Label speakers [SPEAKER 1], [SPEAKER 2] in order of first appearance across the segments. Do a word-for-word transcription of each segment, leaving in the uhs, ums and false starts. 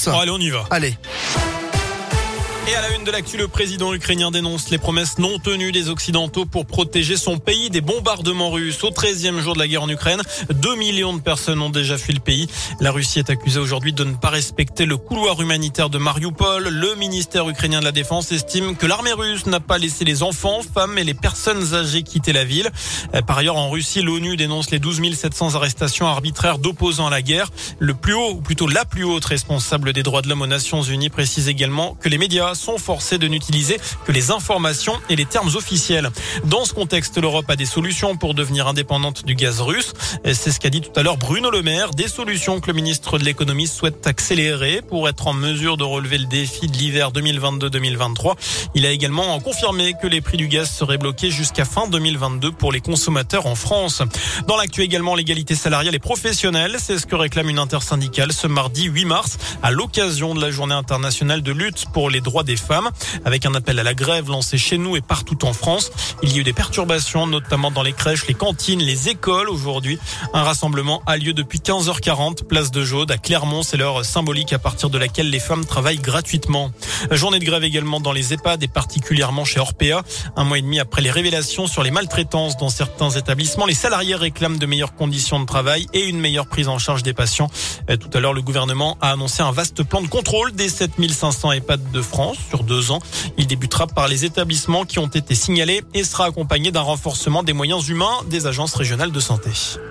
[SPEAKER 1] commence.
[SPEAKER 2] Bon, allez, on y va.
[SPEAKER 1] Allez.
[SPEAKER 2] Et à la une de l'actu, le président ukrainien dénonce les promesses non tenues des Occidentaux pour protéger son pays des bombardements russes. Au treizième jour de la guerre en Ukraine, deux millions de personnes ont déjà fui le pays. La Russie est accusée aujourd'hui de ne pas respecter le couloir humanitaire de Mariupol. Le ministère ukrainien de la Défense estime que l'armée russe n'a pas laissé les enfants, femmes et les personnes âgées quitter la ville. Par ailleurs, en Russie, l'ONU dénonce les douze mille sept cents arrestations arbitraires d'opposants à la guerre. Le plus haut, ou plutôt la plus haute responsable des droits de l'homme aux Nations Unies précise également que les médias sont forcés de n'utiliser que les informations et les termes officiels. Dans ce contexte, l'Europe a des solutions pour devenir indépendante du gaz russe. C'est ce qu'a dit tout à l'heure Bruno Le Maire. Des solutions que le ministre de l'économie souhaite accélérer pour être en mesure de relever le défi de l'hiver deux mille vingt-deux deux mille vingt-trois. Il a également confirmé que les prix du gaz seraient bloqués jusqu'à fin deux mille vingt-deux pour les consommateurs en France. Dans l'actu également, l'égalité salariale et professionnelle. C'est ce que réclame une intersyndicale ce mardi huit mars à l'occasion de la journée internationale de lutte pour les droits des femmes. Avec un appel à la grève lancé chez nous et partout en France. Il y a eu des perturbations, notamment dans les crèches, les cantines, les écoles. Aujourd'hui, un rassemblement a lieu depuis quinze heures quarante, place de Jaude à Clermont. C'est l'heure symbolique à partir de laquelle les femmes travaillent gratuitement. Journée de grève également dans les EHPAD et particulièrement chez Orpea. Un mois et demi après les révélations sur les maltraitances dans certains établissements, les salariés réclament de meilleures conditions de travail et une meilleure prise en charge des patients. Tout à l'heure, le gouvernement a annoncé un vaste plan de contrôle des sept mille cinq cents EHPAD de France sur deux ans. Il débutera par les établissements qui ont été signalés et sera accompagné d'un renforcement des moyens humains des agences régionales de santé.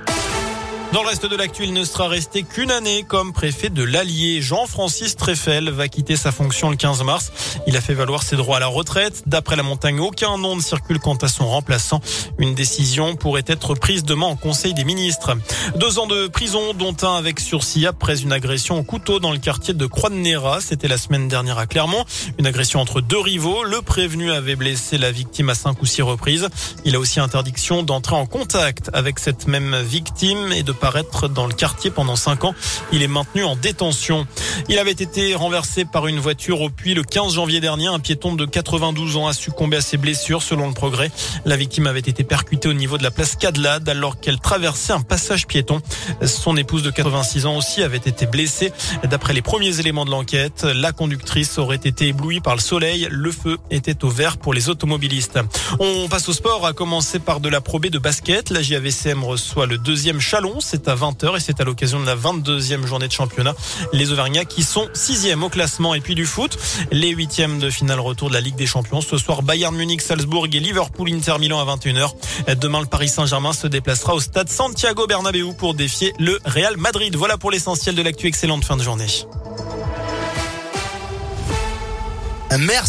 [SPEAKER 2] Dans le reste de l'actu, il ne sera resté qu'une année comme préfet de l'Allier. Jean-Francis Treffel va quitter sa fonction le quinze mars. Il a fait valoir ses droits à la retraite. D'après la montagne, aucun nom ne circule quant à son remplaçant. Une décision pourrait être prise demain en Conseil des ministres. Deux ans de prison, dont un avec sursis après une agression au couteau dans le quartier de Croix-de-Néra. C'était la semaine dernière à Clermont. Une agression entre deux rivaux. Le prévenu avait blessé la victime à cinq ou six reprises. Il a aussi interdiction d'entrer en contact avec cette même victime et de paraître dans le quartier pendant cinq ans. Il est maintenu en détention. Il avait été renversé par une voiture au Puy le quinze janvier dernier. Un piéton de quatre-vingt-douze ans a succombé à ses blessures selon le Progrès. La victime avait été percutée au niveau de la place Cadelade alors qu'elle traversait un passage piéton. Son épouse de quatre-vingt-six ans aussi avait été blessée. D'après les premiers éléments de l'enquête, la conductrice aurait été éblouie par le soleil. Le feu était au vert pour les automobilistes. On passe au sport, à commencer par de la Pro B de basket. La J A V C M reçoit le deuxième Chalon. C'est à vingt heures et c'est à l'occasion de la vingt-deuxième journée de championnat. Les Auvergnats qui sont sixième au classement. Et puis du foot, les huitièmes de finale retour de la Ligue des Champions. Ce soir, Bayern Munich, Salzbourg et Liverpool Inter Milan à vingt et une heures. Demain, le Paris Saint-Germain se déplacera au stade Santiago Bernabéu pour défier le Real Madrid. Voilà pour l'essentiel de l'actu. Excellente fin de journée.
[SPEAKER 1] Merci.